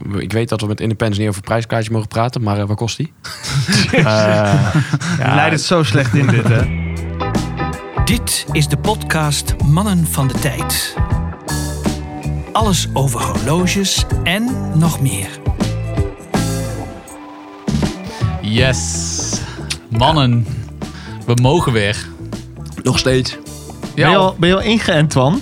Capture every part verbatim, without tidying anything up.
ik weet dat we met Independence niet over prijskaartjes mogen praten, maar uh, wat kost die? uh, ja. Je leidt het zo slecht in dit, hè? Dit is de podcast Mannen van de Tijd. Alles over horloges en nog meer. Yes. Mannen, we mogen weer. Nog steeds. Ja. Ben, je al, ben je al ingeënt, Twan?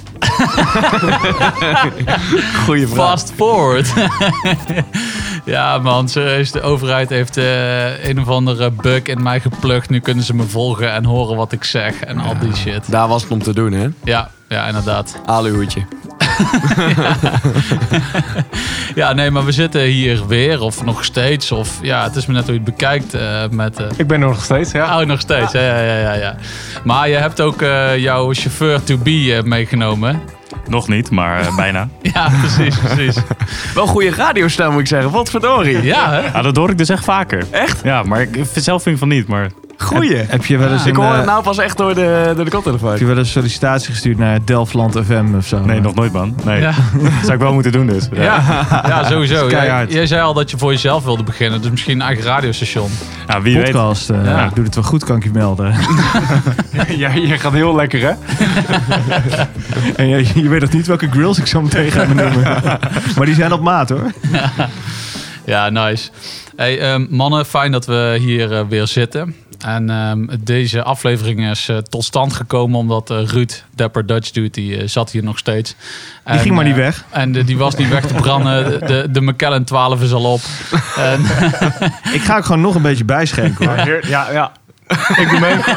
Goeie vraag. Fast forward. Ja man, serieus, de overheid heeft uh, een of andere bug in mij geplukt. Nu kunnen ze me volgen en horen wat ik zeg en al die shit. Daar was het om te doen, hè? Ja, ja inderdaad. Aluhoedje. ja. ja, nee, maar we zitten hier weer of nog steeds. Of ja, het is me net hoe je het bekijkt. Uh, met, uh... Ik ben er nog steeds, ja. Oh, nog steeds. Ja, ja, ja, ja, ja. Maar je hebt ook uh, jouw chauffeur to be uh, meegenomen. Nog niet, maar uh, bijna. Ja, precies, precies. Wel een goede radiostem, moet ik zeggen. Wat verdorie. Ja, hè? Ja, dat hoor ik dus echt vaker. Echt? Ja, maar ik zelf vind ik van niet, maar... Goeie. Heb, heb je wel eens ja. een, ik hoor het uh, nou pas echt door de, door de koptelefoon. Heb je wel een sollicitatie gestuurd naar Delftland F M of zo? Nee, nog nooit, man. Nee. Ja. Dat zou ik wel moeten doen, dus. Ja, ja, ja sowieso. Jij, jij zei al dat je voor jezelf wilde beginnen. Dus misschien een eigen radiostation. Ja, wie Podcast. weet. Uh, ja. Ik doe het wel goed, kan ik je melden. ja, je gaat heel lekker, hè? En je, je weet nog niet welke grills ik zo meteen ga noemen. Maar die zijn op maat, hoor. Ja, ja nice. Hey, um, mannen, fijn dat we hier uh, weer zitten. En um, deze aflevering is uh, tot stand gekomen omdat uh, Ruud, Dapper Dutch Dude, die uh, zat hier nog steeds. Die en, ging maar niet uh, weg. En uh, die was niet weg te branden. De, de Macallan twaalf is al op. En ik ga ook gewoon nog een beetje bijschenken, hoor. Ja, ja. Ik doe mee.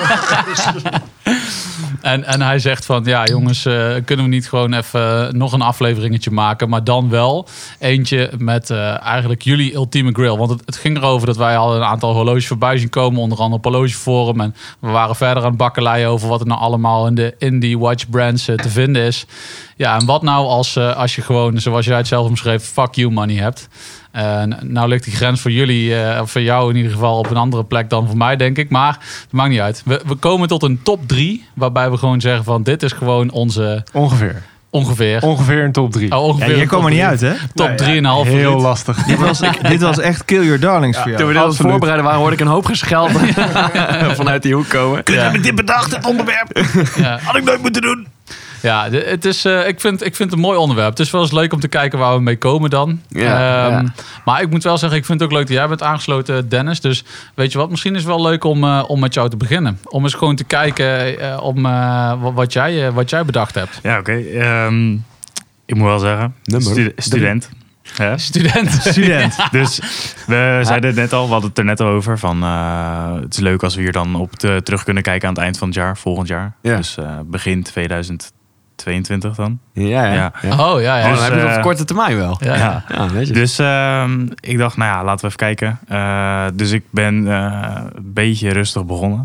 En, en hij zegt van, ja jongens, uh, kunnen we niet gewoon even uh, nog een afleveringetje maken. Maar dan wel eentje met uh, eigenlijk jullie ultieme grill. Want het, het ging erover dat wij al een aantal horloges voorbij zien komen. Onder andere op Horlogeforum. En we waren verder aan het bakkeleien over wat er nou allemaal in de indie watch brands uh, te vinden is. Ja, en wat nou als, uh, als je gewoon, zoals jij het zelf omschreef, fuck you money hebt. Uh, nou ligt die grens voor jullie, uh, voor jou in ieder geval, op een andere plek dan voor mij, denk ik. Maar het maakt niet uit. We, we komen tot een top drie, waarbij we gewoon zeggen van dit is gewoon onze... Ongeveer. Ongeveer. Ongeveer een top drie. Oh, ongeveer Ja, je kwam er niet uit, hè? Top drie en een half. Heel minuut. Lastig. Dit was, dit was echt kill your darlings ja, voor jou. Toen we dit aan het voorbereiden waren, hoorde ik een hoop gescheld vanuit die hoek komen. Kunnen we dit bedacht, het onderwerp? Ja. Had ik nooit moeten doen. Ja, het is, uh, ik, vind, ik vind het een mooi onderwerp. Het is wel eens leuk om te kijken waar we mee komen dan. Ja, um, ja. Maar ik moet wel zeggen, ik vind het ook leuk dat jij bent aangesloten, Dennis. Dus weet je wat, misschien is het wel leuk om, uh, om met jou te beginnen. Om eens gewoon te kijken uh, om, uh, wat, jij, uh, wat jij bedacht hebt. Ja, oké. Okay. Um, ik moet wel zeggen, stu- student. Ja. Student. Student. Dus we zeiden het net al, we hadden het er net al over. Van, uh, het is leuk als we hier dan op te, terug kunnen kijken aan het eind van het jaar, volgend jaar. Ja. Dus uh, begin tweeduizend tweeëntwintig dan. Ja, ja. Ja. ja. Oh ja, ja. Dus, Dus, dan heb je het uh, op korte termijn wel. ja. Ja. Ja, weet je. Dus uh, ik dacht, nou ja, laten we even kijken. Uh, dus ik ben uh, een beetje rustig begonnen.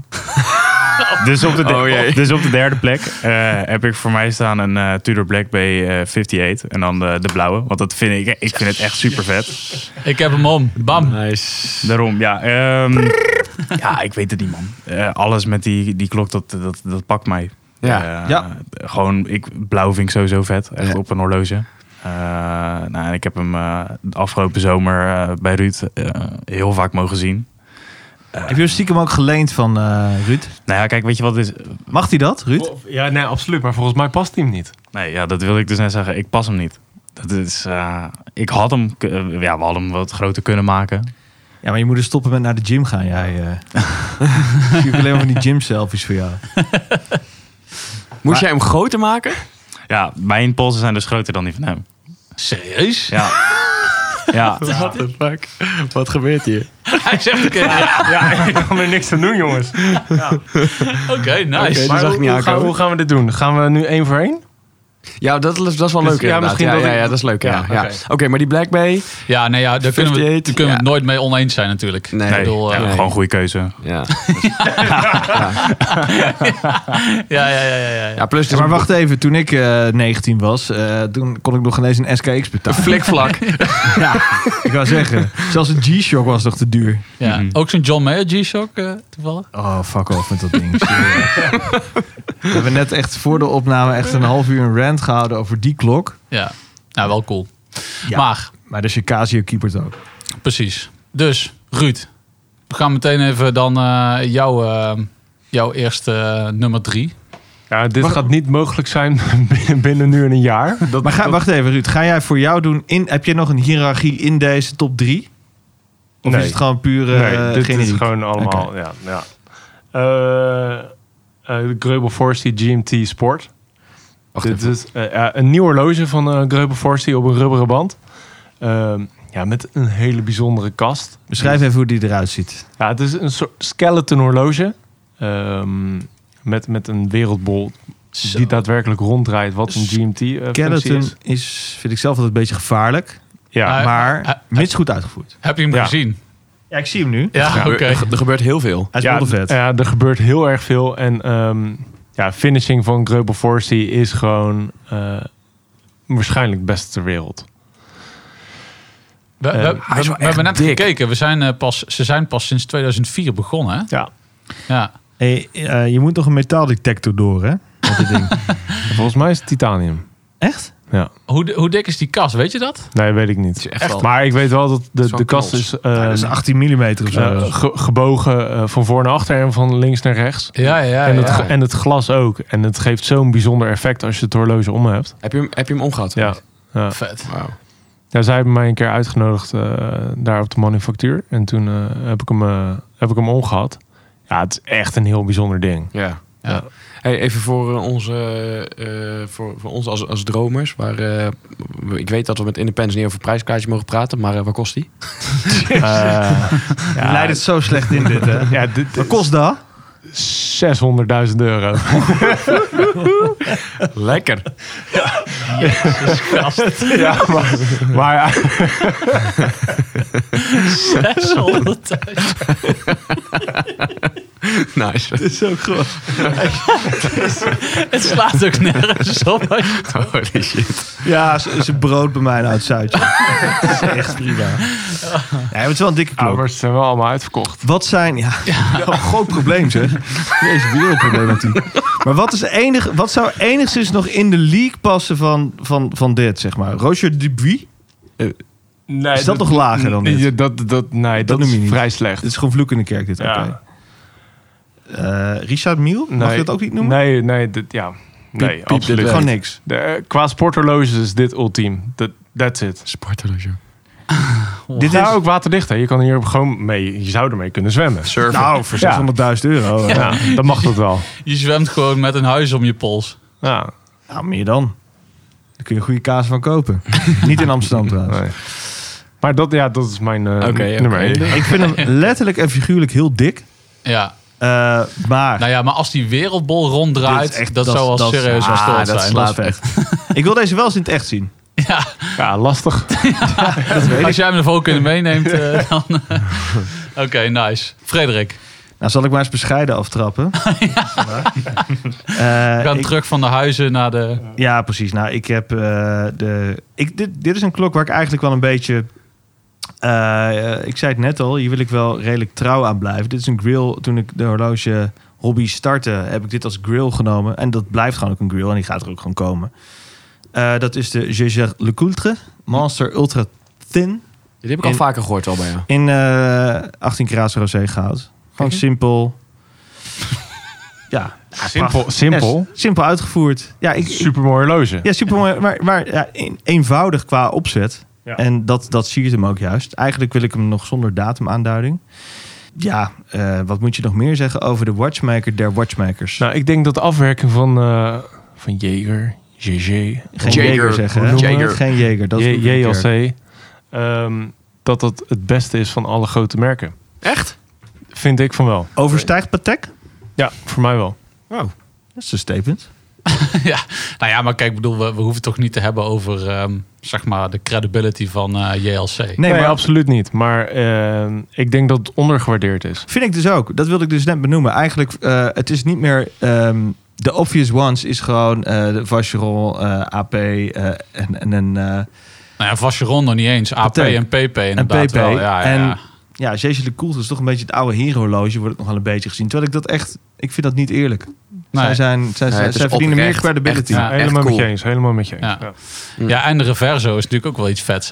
dus, op de de- Oh, jee. dus op de derde plek uh, heb ik voor mij staan een uh, Tudor Black Bay uh, vijfenvijftig. En dan de, de blauwe. Want dat vind ik, ik vind het echt super vet. Ik heb hem om. Bam. Nice. Daarom, ja. Um, ja, ik weet het niet, man. Uh, alles met die, die klok, dat, dat, dat pakt mij. Ja. Uh, Ja. Gewoon, ik, blauw vind ik sowieso vet. Echt Ja. op een horloge. Uh, nou, ik heb hem uh, de afgelopen zomer uh, bij Ruud uh, heel vaak mogen zien. Uh, Heb je hem stiekem ook geleend van uh, Ruud? nou ja, kijk, weet je wat het is? Mag hij dat, Ruud? Ja, nee, absoluut. Maar volgens mij past hij hem niet. Nee, ja, dat wil ik dus net zeggen. Ik pas hem niet. Dat is, uh, ik had hem, uh, ja, we hadden hem wat groter kunnen maken. Ja, maar je moet er stoppen met naar de gym gaan. Jij, uh... ik zie ook alleen maar van die gym selfies voor jou. Moest Maar- jij hem groter maken? Ja, mijn polsen zijn dus groter dan die van hem. Serieus? Ja. Ja. What the fuck? Wat gebeurt hier? Hij zegt oké. Ja, ik kan er niks aan doen, jongens. Ja. Oké, nice. Oké, die Maar zag ik hoe, niet hoe, gaan, aankomen. hoe gaan we dit doen? Gaan we nu één voor één? Ja, dat is, dat is wel Dus leuk ja, inderdaad. misschien Ja, dat ja, ik- ja, dat is leuk. Ja, Ja, ja. oké. Oké, okay, maar die Black Bay... Ja, nee, ja, daar kunnen we, daar vijfenvijftig, kunnen we het ja. nooit mee oneens zijn natuurlijk. Nee, Nee, Ik bedoel, ja, uh, nee. gewoon goede keuze. Ja, ja, ja, ja, ja, ja. ja plus... Ja, maar wacht even, toen ik uh, negentien was, uh, toen kon ik nog ineens een S K X betalen. Flikvlak. Ja, ik wou zeggen, zelfs een G-Shock was nog te duur. Ja. Mhm. Ook zo'n John Mayer G-Shock uh, toevallig? Oh, fuck off met dat ding. We hebben net echt voor de opname echt een half uur een rant gehouden over die klok. Ja, nou wel cool. Ja. Maar Maar de Casio keepert ook. Precies. Dus, Ruud. We gaan meteen even dan uh, jouw, uh, jouw eerste uh, nummer drie. Ja, dit Wacht. gaat niet mogelijk zijn binnen, binnen nu en een jaar. Dat, Maar ga, dat- wacht even, Ruud. Ga jij voor jou doen... In, heb jij nog een hiërarchie in deze top drie? Of Nee. is het gewoon puur uh, Nee, dit generiek? is gewoon allemaal... Ja, ja. Uh, uh, de Greubel Forsey G M T Sport. Wacht Dit even. is uh, ja, een nieuw horloge van uh, Greubel Forsey op een rubberen band. Um, ja, met een hele bijzondere kast. Beschrijf even hoe die eruit ziet. Ja, het is een soort skeleton horloge. Um, met, met een wereldbol Zo. die daadwerkelijk ronddraait wat een G M T uh, functie Skeleton is. is, vind ik zelf altijd een beetje gevaarlijk. Ja, Ah, maar uh, uh, mits goed uitgevoerd. Heb je hem Ja. gezien? Ja, ik zie hem nu. Ja, Ja, oké. Er, er gebeurt heel veel. Hij is ja, wel vet. ja, er gebeurt heel erg veel. En um, ja, finishing van Greubel Forsey is gewoon uh, waarschijnlijk het beste ter wereld. We, we, Uh, we- hij is wel we hebben net echt dik. gekeken. We zijn, uh, pas, ze zijn pas sinds tweeduizend vier begonnen. Hè? Ja, Ja. Hey, uh, je moet nog een metaaldetector door, hè? Met dit ding. volgens mij is het titanium. Echt? Ja, Hoe, hoe dik is die kast? Weet je dat? nee, weet ik niet. Het is echt wel... Maar ik weet wel dat de, Zo'n de kast knots. is, uh, Ja, dat is achttien millimeter of zo. uh, ge- gebogen uh, van voor naar achter en van links naar rechts. Ja, ja, en, het, ja. ge- en het glas ook. En het geeft zo'n bijzonder effect als je het horloge om hebt. Heb je hem, heb je hem omgehad? Ja. Ja. Vet. Wauw. Ja, zij hebben mij een keer uitgenodigd uh, daar op de manufactuur. En toen uh, heb, ik hem, uh, heb ik hem omgehad. Ja, het is echt een heel bijzonder ding. Ja. Ja. Hey, even voor, uh, onze, uh, voor, voor ons als, als dromers. Waar, uh, we- ik weet dat we met Independence niet over prijskaartjes mogen praten. Maar uh, waar kost die? Uh, Je leidt het zo slecht in dit, hè? ja, dit Wat kost dat? zeshonderdduizend euro. Lekker. ja, maar, maar ja, zeshonderdduizend. Nice. Het is ook gewoon... Het slaat ook nergens op. als je het- Holy shit. Ja, ze, ze brood bij mij in Oud-Zuidje. Dat is echt prima. Ja, het is wel een dikke ja, klok. maar ze zijn wel allemaal uitverkocht. Wat zijn... Ja, een groot probleem, zeg. Deze wereldproblematiek. Maar wat, is enig, wat zou enigszins nog in de league passen van, van, van dit, zeg maar? Roger Dubuis? Nee, Is dat nog lager dan dit? Ja, dat, dat, nee, dat, noem je is niet. vrij slecht. Dit is gewoon vloek in de kerk, dit. Ja. Oké. Eh, Richard Mille? Mag Nee, je dat ook niet noemen? Nee, nee, dit, ja. Nee, piep dit absoluut. weg. Gewoon niks. De, eh, qua sporthorloges is dit ultiem. Dat, that's it. Sporthorloge. Dit Dit is... is ook waterdicht. Hè. Je kan hier gewoon mee, je zou ermee kunnen zwemmen. Surfen. Nou, voor Ja. zeshonderdduizend euro. Ja. Ja, dan mag dat wel. Je zwemt gewoon met een huis om je pols. Ja, Nou, meer dan. Daar kun je goede kaas van kopen. Niet in Amsterdam trouwens. nee. Maar dat, ja, dat is mijn uh, Oké, nummer oké. één. Ik vind hem letterlijk en figuurlijk heel dik. Ja. Uh, maar Nou ja, maar als die wereldbol ronddraait, Dit is echt- dat, dat- zou wel dat- serieus wel ah, stort dat zijn. slaat Dat is vet. ik wil deze wel eens in het echt zien. Ja, Ja, lastig. als jij hem ervoor kunnen meeneemt, uh, dan... uh, Oké, okay, nice. Frederik, Nou, zal ik maar eens bescheiden aftrappen. ja. we gaan terug van de huizen naar de... Ja, precies. Nou, ik heb uh, de... Ik, dit, dit is een klok waar ik eigenlijk wel een beetje... Uh, ik zei het net al, hier wil ik wel redelijk trouw aan blijven. Dit is een grill. Toen ik de horloge hobby startte, heb ik dit als grill genomen. En dat blijft gewoon ook een grill en die gaat er ook gewoon komen. Uh, dat is de Jaeger LeCoultre Monster Ultra Thin. Die heb ik al In- vaker gehoord al bij jou. In uh, achttien karaats rosé goud. Gewoon Oké. simpel. Ja, Simpel, prachtig. simpel. Ja, simpel uitgevoerd. Ja, ik, ik, Supermooi horloge. ja super mooi. Maar, maar ja, een- eenvoudig qua opzet. Ja. En dat, dat siert hem ook juist. Eigenlijk wil ik hem nog zonder datumumaanduiding. Ja, uh, wat moet je nog meer zeggen over de watchmaker der watchmakers? Nou, ik denk dat de afwerking van, uh, van Jaeger, G G, Geen Jaeger, Jaeger zeggen, hè? hoe noemen we het? Geen Jaeger. Dat is J- een J L kerk. C, um, dat dat het beste is van alle grote merken. Echt? Vind ik van wel. Overstijgt Patek? Ja, voor mij wel. Dat is een statement. ja, nou ja, maar kijk, ik bedoel, we, we hoeven het toch niet te hebben over, um, zeg maar, de credibility van uh, J L C. Nee, Nee, maar absoluut niet. Maar uh, ik denk dat het ondergewaardeerd is. vind ik dus ook. Dat wilde ik dus net benoemen. Eigenlijk, uh, het is niet meer... Um, de obvious ones is gewoon uh, de Vacheron, uh, A P uh, en, en een... Uh, Nou ja, Vacheron nog niet eens. A P Patek. en P P inderdaad en P P. wel. Ja, ja, en ja. ja, Jaeger LeCoultre is toch een beetje het oude herenhorloge. Wordt het nog wel een beetje gezien. Terwijl ik dat echt... Ik vind dat niet eerlijk. Nee. Zij, zijn, zij, Nee, zij, het is zij verdienen meer oprecht credibility. echt, ja. helemaal cool. met je eens. Helemaal met je eens. Ja. Ja. Ja, en de reverso is natuurlijk ook wel iets vets, hè?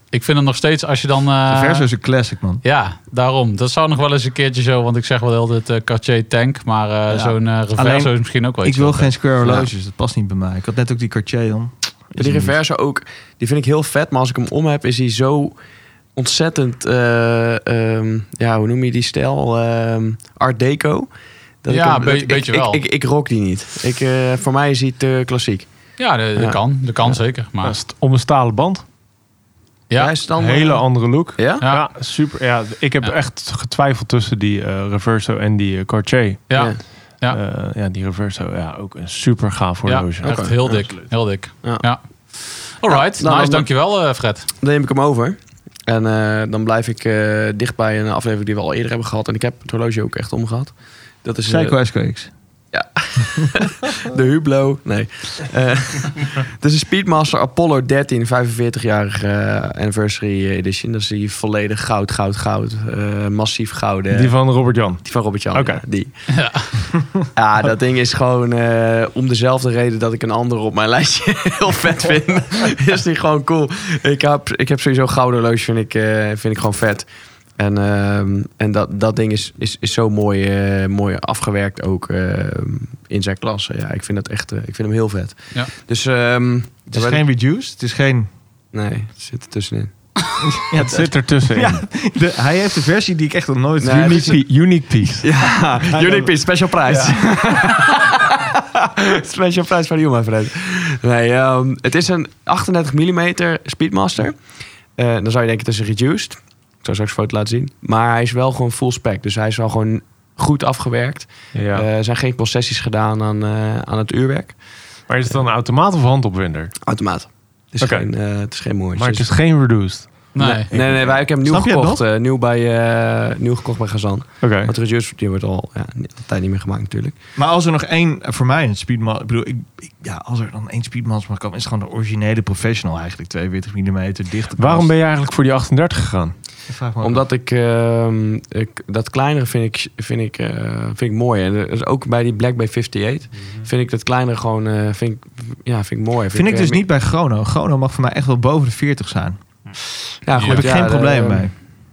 Ik vind het nog steeds, als je dan... Uh, Reverso is een classic, man. Ja, daarom. Dat zou nog wel eens een keertje zo... Want ik zeg wel heel dit uh, Cartier tank. Maar uh, Ja. zo'n uh, Reverso Alleen, is misschien ook wel Ik iets wil wat- geen square Ja. horloges. Dat past niet bij mij. Ik had net ook die Cartier dan. Ja, die Reverso ook, die vind ik heel vet. Maar als ik hem om heb, is hij zo ontzettend... eh, ehm, ja, hoe noem je die stijl? Ehm, Art Deco. Dat Ja, ik hem- be- dat- ik- beetje ik, wel. Ik, ik, ik rock die niet. Ik, uh, voor mij is hij te klassiek. Ja, dat, dat Ja. kan. Dat kan zeker. Maar Maar om een stalen band. ja, Hij is dan, Een hele andere look. Ja? Ja. Ja, super. Ja, ik heb Ja. echt getwijfeld tussen die uh, Reverso en die uh, Cartier. ja, Ja. Ja. Ja. ja, die Reverso, ja, ook een super gaaf ja, horloge. echt Oké. heel Ja, dik. absoluut. Heel dik. Ja. Ja. Alright, Ja, nou, nice. dan- Dankjewel uh, Fred. Dan neem ik hem over. En uh, dan blijf ik uh, dicht bij een aflevering die we al eerder hebben gehad. En ik heb het horloge ook echt omgehad. Dat is uh, Seiko S K X. de Hublot. Nee. Uh, het is een Speedmaster Apollo dertien, vijfenveertig-jarige uh, anniversary edition. Dat is die volledig goud, goud, goud. Uh, massief gouden. Die van Robert Jan. Die van Robert Jan. Oké. Ja, die. Ja. Ja, dat ding is gewoon uh, om dezelfde reden dat ik een andere op mijn lijstje heel vet vind. Is die gewoon cool. Ik heb, ik heb sowieso gouden horloge, vind ik, uh, vind ik gewoon vet. En, uh, en dat, dat ding is, is, is zo mooi, uh, mooi afgewerkt ook uh, in zijn klasse. Ja, ik vind dat echt, uh, ik vind hem heel vet. Ja. Dus um, Het is geen reduced. Het is geen... nee, het zit er tussenin. Ja, Het zit ertussenin. Ja, de, hij heeft een versie die ik echt nog nooit... Nee, unique het is- Unique, pe- unique piece. Ja, unique piece, special prijs. Special prijs van Juma, Fred. Nee, um, het is een achtendertig millimeter Speedmaster. Uh, dan zou je denken, het is een reduced. Ik zal straks een foto laten zien. Maar hij is wel gewoon full spec. Dus hij is wel gewoon goed afgewerkt. Ja. Uh, er zijn geen concessies gedaan aan, uh, aan het uurwerk. Maar is het dan een automaat of handopwinder? Automaat. Het is, Oké. geen, uh, het is geen mooi. Maar het is geen reduced. Nee. Nee, nee, nee, wij, ik heb hem nieuw Snap je het gekocht. Uh, nieuw, bij, uh, nieuw gekocht bij Gazan. Oké. Want de reduced die wordt al ja, niet- altijd niet meer gemaakt natuurlijk. Maar als er nog één, voor mij een Speedmaster... Ik bedoel, ik, ik- ja, als er dan één Speedmaster mag komen... is het gewoon de originele professional eigenlijk. tweeënveertig millimeter, dichte Waarom ben je eigenlijk voor die achtendertig gegaan? Omdat ik, uh, ik dat kleinere vind ik, vind ik, uh, vind ik mooi. En dus ook bij die Black Bay vijfenvijftig vind ik dat kleinere gewoon uh, vind ik, ja, vind ik mooi. Vind ik dus uh, niet bij Chrono. Chrono mag voor mij echt wel boven de veertig zijn. Ja, Daar heb ik ja, geen de- probleem mee.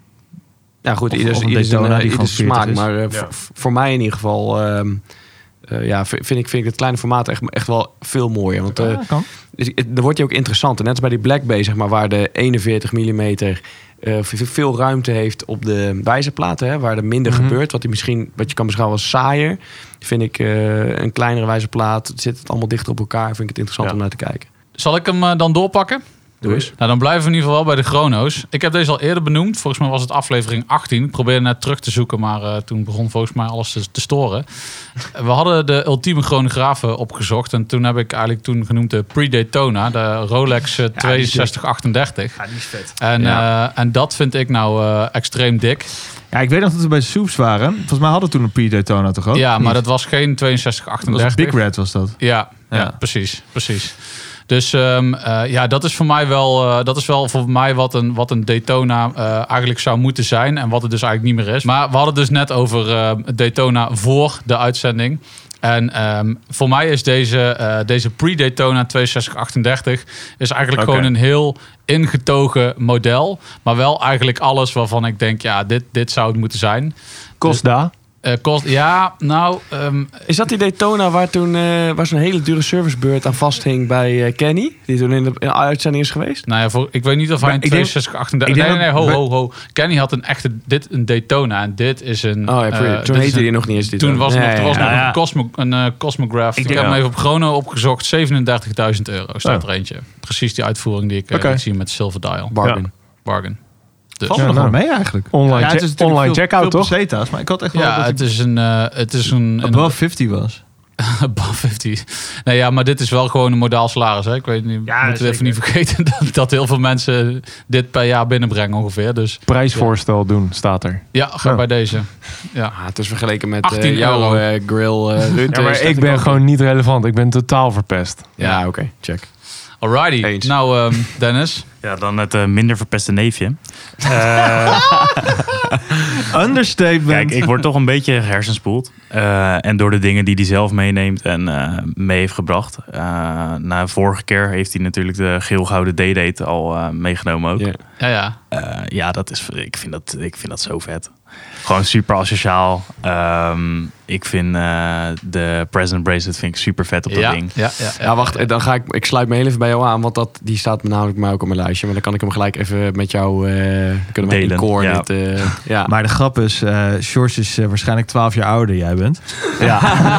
Ja, goed, Of- ieder, of een ieder, Daytona zijn, die uh, ieder gewoon smaak. veertig is. Maar uh, Ja. v- voor mij in ieder geval um, uh, ja, vind ik, vind ik het kleine formaat echt, echt wel veel mooier. Want uh, Ja, kan. dus, het- dan wordt hij ook interessanter. Net als bij die Black Bay, zeg maar, waar de eenenveertig millimeter uh, veel ruimte heeft op de wijzerplaten, hè, waar er minder Mhm. gebeurt. Wat, die misschien, wat je kan beschouwen als saaier. Vind ik uh, een kleinere wijzerplaat, zit het allemaal dichter op elkaar. Vind ik het interessant Ja. om naar te kijken. Zal ik hem uh, dan doorpakken? Doe eens. Nou, dan blijven we in ieder geval wel bij de chrono's. Ik heb deze al eerder benoemd. Volgens mij was het aflevering achttien. Ik probeerde net terug te zoeken, maar uh, toen begon volgens mij alles te, te storen. We hadden de ultieme chronografen opgezocht. En toen heb ik eigenlijk toen genoemd de Pre-Daytona. De Rolex uh, tweeënzestig achtendertig. Ja, die is vet. En, Ja. uh, en dat vind ik nou uh, extreem dik. Ja, ik weet nog dat we bij Soeps waren. Volgens mij hadden we toen een pre-Daytona toch ook? ja, maar Niet? dat was geen tweeënzestig Dat was achtendertig. een Big Red was dat. Ja, ja. Ja. precies, precies. Dus um, uh, ja, dat is voor mij wel, uh, dat is wel voor mij wat een, wat een Daytona uh, eigenlijk zou moeten zijn. En wat het dus eigenlijk niet meer is. Maar we hadden dus net over uh, Daytona voor de uitzending. En um, voor mij is deze, uh, deze pre-Daytona tweeënzestig achtendertig is eigenlijk Oké. gewoon een heel ingetogen model. Maar wel eigenlijk alles waarvan ik denk, ja, dit, dit zou het moeten zijn. Costa. Uh, kost, ja, nou... Um, Is dat die Daytona waar toen uh, waar zo'n hele dure servicebeurt aan vasthing bij uh, Kenny? Die toen in de, in de uitzending is geweest? Nou ja, voor, ik weet niet of hij Maar een ik denk- tweeënzestig achtendertig... ik Nee, denk nee, nee, ho, dat- ho, ho. Kenny had een echte... Dit een Daytona en dit is een... Oh ja, eh, toen dit is heette een- die nog niet eens. Die Toen was, ja, nog, ja, er was ja. nog ja. een, Cosmo, een uh, Cosmograph. Ik, Ik heb denk- hem even op Chrono opgezocht. zevenendertigduizend euro staat Oh. er eentje. Precies die uitvoering die ik uh, Oké. liet zien met Silver Dial. Bargain. Ja. Bargain. Dus. Valt Ja, er nog nou. wel mee eigenlijk. Online, Ja, het check- is natuurlijk online veel- checkout, veel toch? peseta's, maar ik had echt wel Ja, dat het ik is een... Uh, het is een, een above vijftig was. above vijftig. Nee, ja, maar dit is wel gewoon een modaal salaris. Hè? Ik weet niet, Ja, we moeten even zeker. niet vergeten dat, dat heel veel mensen dit per jaar binnenbrengen ongeveer. Dus Prijsvoorstel doen, staat er. ja, ga Ja. bij deze. Ja. Ah, het is vergeleken met achttien uh, jouw euro. uh, grill uh, Rutte. Ja, maar is ik dat ben ook- gewoon niet relevant. Ik ben totaal verpest. Ja, oké. Check. Alrighty. Eens. Nou, um, Dennis. Ja, dan het uh, minder verpeste neefje. Uh, Understatement. Kijk, ik word toch een beetje hersenspoeld. Uh, en door de dingen die hij zelf meeneemt en uh, mee heeft gebracht. Uh, na vorige keer heeft hij natuurlijk de geel-gouden D-date al uh, meegenomen ook. Yeah. Ja, ja. Uh, ja, dat is, ik, vind dat, ik vind dat zo vet. Gewoon super asociaal. Um, ik vind uh, de President Bracelet vind ik super vet op dat ja, ding. Ja, ja, ja, Ja, wacht, dan ga ik, ik sluit me heel even bij jou aan, want dat, die staat namelijk mij ook op mijn lijstje. Maar dan kan ik hem gelijk even met jou uh, kunnen we in Delen, core ja. dit, uh, ja. Maar de grap is, uh, George is uh, waarschijnlijk twaalf jaar ouder jij bent. Ja.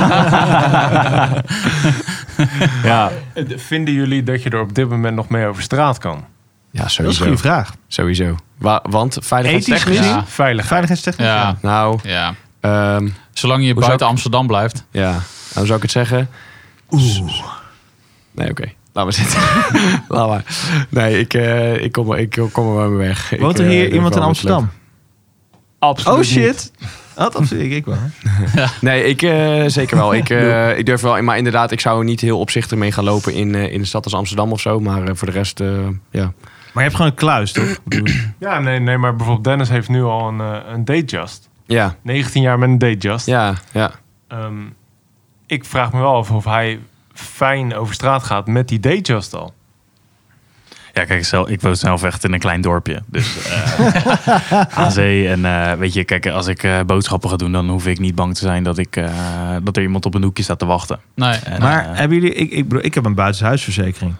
Ja. Vinden jullie dat je er op dit moment nog mee over straat kan? Ja, Dat is een sowieso. goede vraag. Sowieso. Wa- want Ethisch veiligheidstechnisch... gezien? Ja. Veilig. Veiligheidstechnisch? Ja. Ja. Nou, ja. ehm, Zolang je Hoe zou buiten ik- Amsterdam blijft. ja, nou zou ik het zeggen. Oeh. Nee, oké. Laat maar zitten. Laat maar. Nee, ik, uh, ik, kom, ik kom er wel mee weg. Woont ik, er uh, hier durf iemand in wel wat te Amsterdam? Absoluut Oh shit. niet. Dat absoluut. Ik, ik wel. Nee, ik uh, zeker wel. Ik, uh, ik durf wel. Maar inderdaad, ik zou er niet heel opzichtig mee gaan lopen in, uh, in een stad als Amsterdam of zo. Maar uh, voor de rest, uh, ja. Maar je hebt gewoon een kluis, toch? Ik bedoel, Ja, nee, nee, maar bijvoorbeeld Dennis heeft nu al een, uh, een Datejust. Ja, negentien jaar met een Datejust. ja, ja. Um, ik vraag me wel af of hij fijn over straat gaat met die Datejust al. Ja, kijk, zelf, ik woon zelf echt in een klein dorpje. Dus uh, aan zee. En uh, weet je, kijk, als ik uh, boodschappen ga doen, dan hoef ik niet bang te zijn dat, ik, uh, dat er iemand op een hoekje staat te wachten. Nee. En, maar uh, hebben jullie... Ik, ik, bedoel, ik heb een buitenhuisverzekering.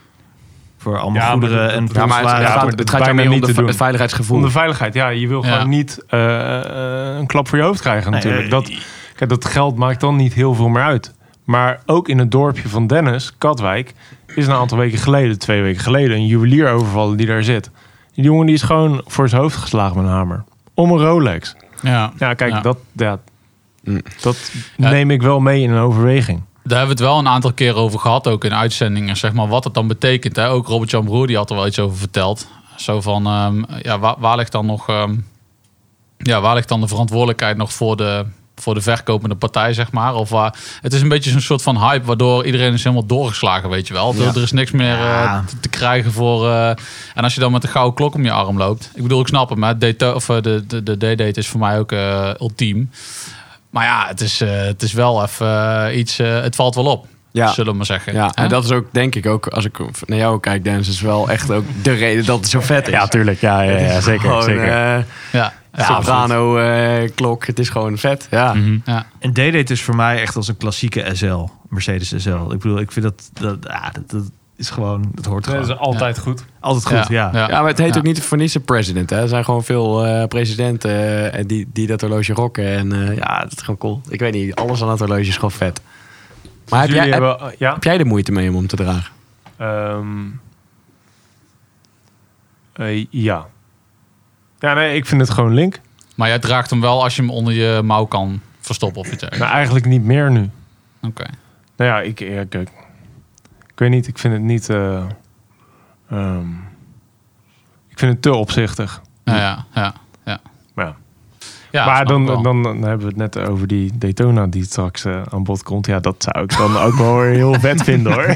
Voor allemaal Ja, maar goederen dat- en dat- Ja, maar het, volkswagen. het Ja, gaat, maar het gaat jou bijna meer om niet de, te va- doen. het veiligheidsgevoel. Om de veiligheid, ja. Je wil Ja. gewoon niet uh, uh, een klap voor je hoofd krijgen natuurlijk. Nee, dat, kijk, dat geld maakt dan niet heel veel meer uit. Maar ook in het dorpje van Dennis, Katwijk, is een aantal weken geleden, twee weken geleden, een juwelier overvallen die daar zit. Die jongen die is gewoon voor zijn hoofd geslagen met een hamer. Om een Rolex. Ja. Ja, kijk, Ja. dat, ja, Mm. dat Ja. neem ik wel mee in een overweging. Daar hebben we het wel een aantal keren over gehad, ook in uitzendingen, zeg maar, wat het dan betekent. Hè? Ook Robert-Jan Broer, die had er wel iets over verteld. Zo van, um, ja, waar, waar ligt dan nog, um, ja, waar ligt dan de verantwoordelijkheid nog voor de, voor de verkopende partij, zeg maar? Of waar, het is een beetje zo'n soort van hype, waardoor iedereen is helemaal doorgeslagen, weet je wel. Ja. Er is niks meer uh, Ja. te, te krijgen voor... Uh, en als je dan met een gouden klok om je arm loopt. Ik bedoel, ik snap het, maar de, of, uh, de, de, de D-date is voor mij ook uh, ultiem. Maar ja, het is, uh, het is wel even uh, iets... Uh, het valt wel op, Ja. zullen we maar zeggen. Ja, Hè? en dat is ook, denk ik ook, als ik naar jou kijk, Dennis, is wel echt ook de reden dat het zo vet is. ja, tuurlijk. Ja, ja, Het is ja zeker. gewoon, zeker. eh, Ja, ja, soprano, eh, klok, het is gewoon vet. Ja. Mm-hmm. ja. En D-Date is voor mij echt als een klassieke S L. Mercedes S L. Ik bedoel, ik vind dat... Dat, ja, dat, dat is gewoon... Dat hoort Dat gewoon. is altijd goed. Altijd goed, ja. Ja, maar het heet Ja. ook niet voor niets een president. Hè? Er zijn gewoon veel uh, presidenten uh, die, die dat horloge rocken. En uh, ja, dat is gewoon cool. Ik weet niet, alles aan het horloge is gewoon vet. Maar heb Dus jij, jullie heb, hebben, ja? heb jij er moeite mee om hem te dragen? Um, uh, ja. Ja, nee, ik vind het gewoon link. Maar jij draagt hem wel als je hem onder je mouw kan verstoppen of iets dergelijks. Maar eigenlijk niet meer nu. Oké. Nou ja, ik, ja, kijk. Ik weet niet, ik vind het niet... Uh, um, ik vind het te opzichtig. Ja, ja, ja. ja. Maar ja. Ja, maar snap dan, ik dan, wel. dan hebben we het net over die Daytona die straks uh, aan bod komt. Ja, dat zou ik dan ook wel weer heel vet vinden, hoor.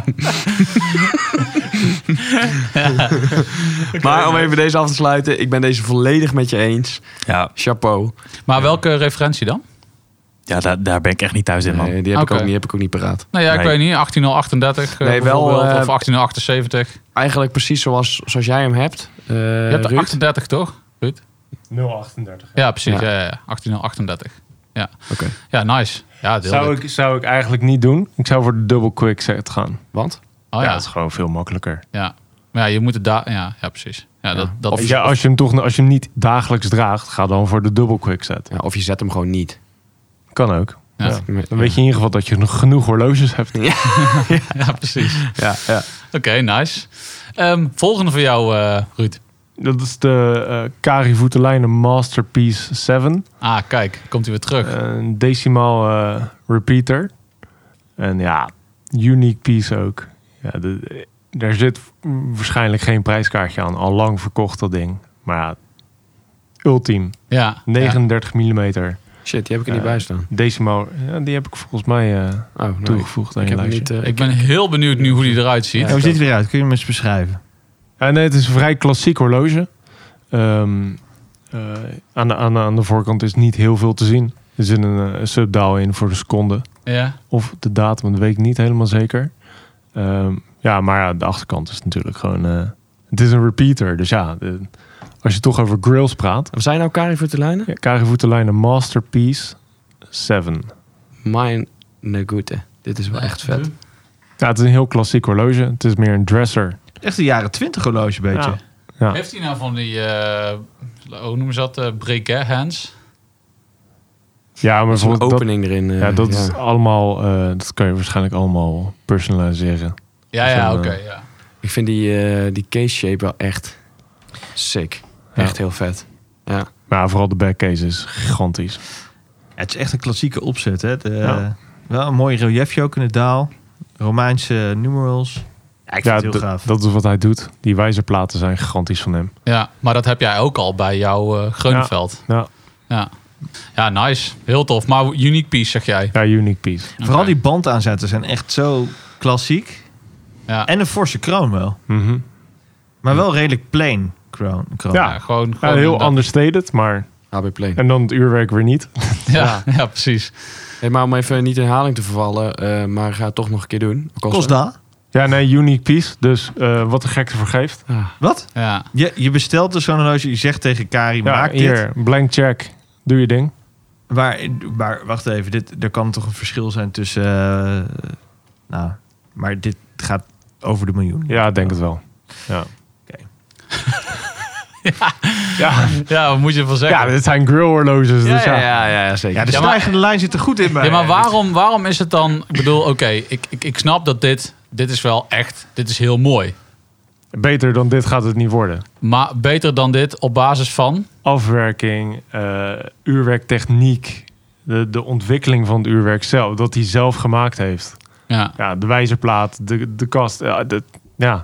Maar om even deze af te sluiten. Ik ben deze volledig met je eens. Ja, Chapeau. Maar welke referentie dan? ja daar, daar ben ik echt niet thuis in, man. Nee, die heb, Oké. ik ook niet, heb ik ook niet paraat. Nou ja, ik Nee. weet niet. achttien achtendertig uh, Nee, wel, bijvoorbeeld, uh, of achttien achtenzeventig. Eigenlijk precies zoals, zoals jij hem hebt. Uh, Je hebt de Ruud. achtendertig, toch? Ruud? nul achtendertig. Ja, precies. Ja. Ja. Ja, ja. achttien achtendertig. Ja. Oké. Ja, nice. Ja, deel Zou ik, zou ik eigenlijk niet doen. Ik zou voor de double quick set gaan. Want? Oh ja, ja. dat is gewoon veel makkelijker. Ja. Maar ja, je moet het daar... Ja, ja, precies. Ja, dat, dat Of Weet je, als je hem toch als je hem niet dagelijks draagt, ga dan voor de double quick set. Ja, of je zet hem gewoon niet. Kan ook. Ja. Ja. Dan weet je in ieder geval dat je nog genoeg horloges hebt. ja, precies. Ja, ja. Oké, nice. Um, volgende voor jou, uh, Ruud. Dat is de uh, Kari Voutilijnen Masterpiece zeven. Ah, kijk. Komt hij weer terug. Een decimaal uh, repeater. En ja, unique piece ook. Ja, de, daar zit waarschijnlijk geen prijskaartje aan. Al lang verkocht dat ding. Maar ja, ultiem. Ja. negenendertig millimeter. Shit, die heb ik er niet Uh, bij staan. Decimo, ja, die heb ik volgens mij uh, Oh, nee. toegevoegd aan Ik je heb hem lijstje. niet... uh, Ik ben heel benieuwd nu hoe die eruit ziet. Ja, hoe ziet hij eruit? Kun je hem eens beschrijven? Ja, nee, het is een vrij klassiek horloge. Um, uh, aan, de, aan, de, aan de voorkant is niet heel veel te zien. Er zit een uh, subdial in voor de seconde. Ja. Of de datum, dat weet ik niet helemaal zeker. Um, ja, maar ja, de achterkant is natuurlijk gewoon... Uh, het is een repeater, dus ja... De, als je toch over grills praat... Wat zijn nou Kari Voutilainen? Ja, Kari Voutilainen Masterpiece zeven. Mijn Negute. Dit is wel echt vet. Ja, het is een heel klassiek horloge. Het is meer een dresser. Echt een jaren twintig horloge beetje. Ja. Ja. Heeft hij nou van die, uh, hoe noemen ze dat, uh, breguet hands? Ja, maar Er is een bijvoorbeeld dat, opening erin. uh, ja, dat is allemaal... Uh, dat kan je waarschijnlijk allemaal personaliseren. Ja, ja, Zo'n, oké. uh, ja. Ik vind die, uh, die case shape wel echt sick. Ja. Echt heel vet. Ja. Maar vooral de backcase is gigantisch. Ja, het is echt een klassieke opzet. Hè? De, Ja. Wel een mooi reliefje ook in het daal. Romeinse numerals. Ja, ik vind Ja, het heel d- gaaf. dat is wat hij doet. Die wijzerplaten zijn gigantisch van hem. Ja, maar dat heb jij ook al bij jouw uh, Groeneveld. Ja, Ja. ja, nice. Heel tof. Maar unique piece, zeg jij. ja unique piece. Vooral Oké. die bandaanzetten zijn echt zo klassiek. Ja. En een forse kroon wel. Mhm. Maar wel redelijk plain kroon. kroon. Ja. Ja, gewoon, Ja, gewoon heel inderdaad. understated, maar... H B Plane. En dan het uurwerk weer niet. Ja, ja, precies. Hey, maar om even niet in herhaling te vervallen, uh, maar ga het toch nog een keer doen. Wat Kost dat? Ja, nee, unique piece. Dus uh, wat de gek ervoor geeft. Ah. Wat? Ja. Je, je bestelt dus zo'n horloge. Je zegt tegen Kari, Ja, maak dit. hier, blank check. Doe je ding. Waar, maar wacht even. Dit, er kan toch een verschil zijn tussen... Uh, nou, maar dit gaat over de miljoen. Ja, ik denk het wel. Ja. Oké. ja. Ja. ja, wat moet je ervan zeggen? Ja, dit zijn grill horloges. Dus Ja, ja, ja, ja, ja, zeker. Ja, de Ja, maar- stijgende lijn zit er goed in bij. Ja, maar waarom, waarom is het dan... Ik bedoel, oké, ik, ik, ik snap dat dit... Dit is wel echt... Dit is heel mooi. Beter dan dit gaat het niet worden. Maar beter dan dit op basis van... Afwerking, uh, uurwerktechniek, de, de ontwikkeling van het uurwerk zelf. Dat hij zelf gemaakt heeft. Ja, Ja, de wijzerplaat, de, de kast. Ja, de, ja.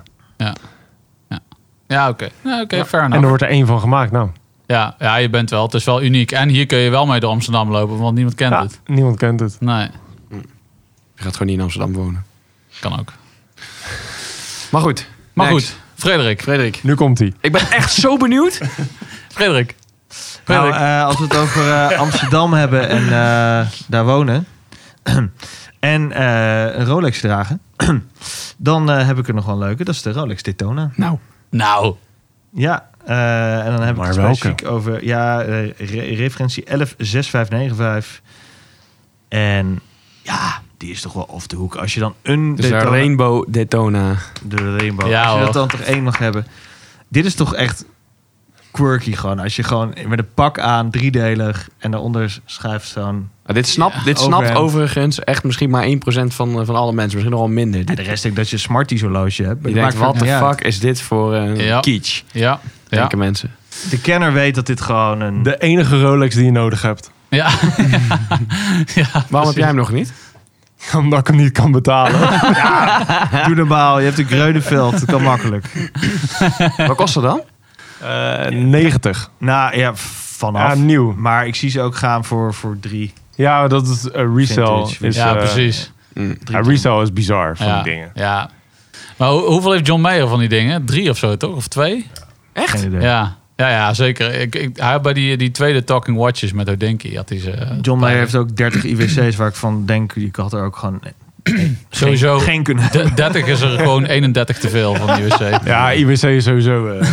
ja oké. Ja, oké, Ja. fair En enough. er wordt er één van gemaakt. Nou, Ja, ja, je bent wel. Het is wel uniek. En hier kun je wel mee door Amsterdam lopen, want niemand kent ja, het. niemand kent het. Nee, Je gaat gewoon niet in Amsterdam wonen. kan ook. Maar goed. Maar next. goed, Frederik. Frederik. Nu komt hij. Ik ben echt zo benieuwd. Frederik. Nou, Frederik. eh, als we het over eh, Amsterdam hebben en eh, daar wonen... en eh, een Rolex dragen... dan eh, heb ik er nog wel een leuke. Dat is de Rolex Daytona. Nou. nou, Ja, eh, en dan heb Maar ik het welke? specifiek over... Ja, eh, re- referentie elf zes vijf negen vijf. En ja, die is toch wel off de hoek. Als je dan een Dus een Daytona... Rainbow Daytona. De Rainbow. Ja, als je hoor. dat dan toch één mag hebben. Dit is toch echt quirky gewoon. Als je gewoon met een pak aan, driedelig... en daaronder schuift zo'n... Ah, dit snapt, Ja, dit snapt overhemd. overigens echt misschien maar één procent van, van alle mensen. Misschien nog wel minder. Ja, Die de rest denkt dat je een Smarties horloge hebt. die Dat denkt, maakt wat de niet uit. fuck is dit voor een Ja. kitsch? ja. Ja. Denken mensen. De kenner weet dat dit gewoon een... De enige Rolex die je nodig hebt. Ja. ja. Waarom heb jij hem nog niet? Omdat ik hem niet kan betalen. Doe normaal, je hebt een Greuneveld. Dat kan makkelijk. Wat kost dat dan? Uh, negentig. Nou ja, vanaf. Ja, nieuw. Maar ik zie ze ook gaan voor, voor drie. Ja, dat is uh, resell. Vintage. Is, Ja, uh, precies. Mm. Ja, resell is bizar van Ja. die dingen. Ja. Maar hoe- hoeveel heeft John Mayer van die dingen? Drie of zo, toch? Of twee? Geen idee. Ja. Ja, ja, zeker. Ik, ik, hij had bij die, die tweede Talking Watches met Hodinkee had hij ze. John Mayer heeft ook dertig I W C's waar ik van denk, ik had er ook gewoon Sowieso. geen, geen kunnen. De- dertig is er gewoon eenendertig te veel van die U S C. Ja, I W C is sowieso. Uh,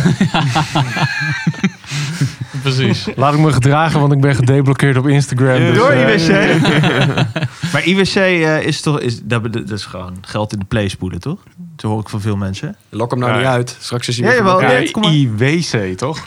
Precies. laat ik me gedragen, want ik ben gedeblokkeerd op Instagram. Dus, Door uh, I W C. Maar I W C uh, is toch, is, dat, dat is gewoon geld in de play spoelen, toch? Zo hoor ik van veel mensen. Lok hem nou Ja. niet uit. Straks is hij Ja, weer jawel. geblokkeerd. Ja, kom maar. I W C, toch?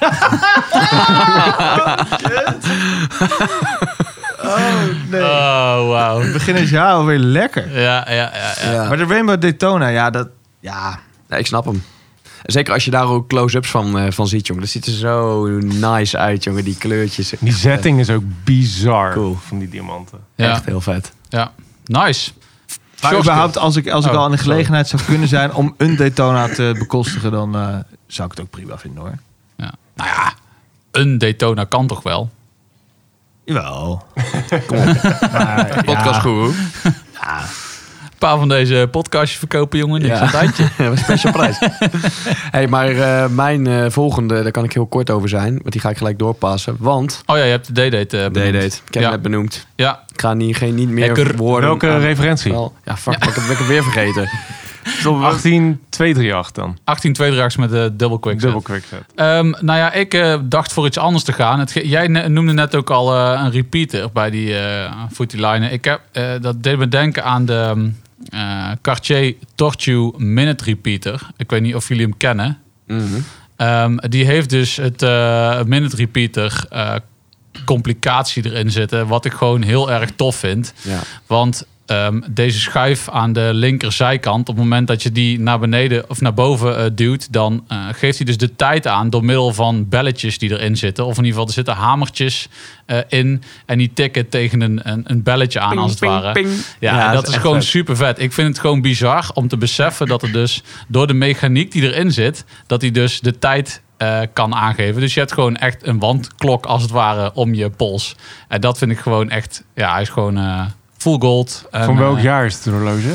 Oh, nee. Oh, wauw. Het begin is jaar alweer lekker. Ja, ja, ja. ja. Ja. Maar de Rainbow Daytona, ja, dat... Ja, Ja, ik snap hem. Zeker als je daar ook close-ups van, uh, van ziet, jongen. Dat ziet er zo nice uit, jongen. Die kleurtjes. Die setting is ook bizar Cool. van die diamanten. Ja. Echt heel vet. Ja. Nice. maar Sjorske. überhaupt, als ik, als ik Oh, al in de sorry. gelegenheid zou kunnen zijn om een Daytona te bekostigen, dan uh, zou ik het ook prima vinden, hoor. Ja. Nou ja, een Daytona kan toch wel? Jawel. Kom op. Maar, Podcast Guru. Een paar van deze podcastjes verkopen, jongen. Niks Ja. aan het handje. Special prijs. Hey, maar uh, mijn uh, volgende, daar kan ik heel kort over zijn. Want die ga ik gelijk doorpassen. Want... Oh ja, je hebt de D-date uh, benoemd. D-date. Ik heb Ja. hem net benoemd. Ja. Ik ga niet, geen, niet meer Lekker. woorden... Welke aan- referentie? Wel, ja, fuck. Ik heb ik heb hem weer vergeten. achttien tweehonderdachtendertig dan. achttien tweedrachts met de double quick Double quick set. Um, nou ja, ik uh, dacht voor iets anders te gaan. Het, ge- jij ne- noemde net ook al uh, een repeater bij die uh, footy-linen. Ik heb, uh, dat deed me denken aan de um, uh, Cartier Tortue Minute Repeater. Ik weet niet of jullie hem kennen. Mm-hmm. Um, die heeft dus het uh, Minute Repeater uh, complicatie erin zitten. Wat ik gewoon heel erg tof vind. Ja. Want um, deze schuif aan de linkerzijkant, op het moment dat je die naar beneden of naar boven uh, duwt, dan uh, geeft hij dus de tijd aan door middel van belletjes die erin zitten. Of in ieder geval, er zitten hamertjes uh, in en die tikken tegen een, een, een belletje aan, Ping, als het ping, ware. ping. Ja, Ja, en dat dat is is echt gewoon vet. super vet. Ik vind het gewoon bizar om te beseffen dat er dus door de mechaniek die erin zit, dat hij dus de tijd uh, kan aangeven. Dus je hebt gewoon echt een wandklok als het ware om je pols. En dat vind ik gewoon echt, ja, hij is gewoon uh, full gold. En, Van welk uh, jaar is het horloge?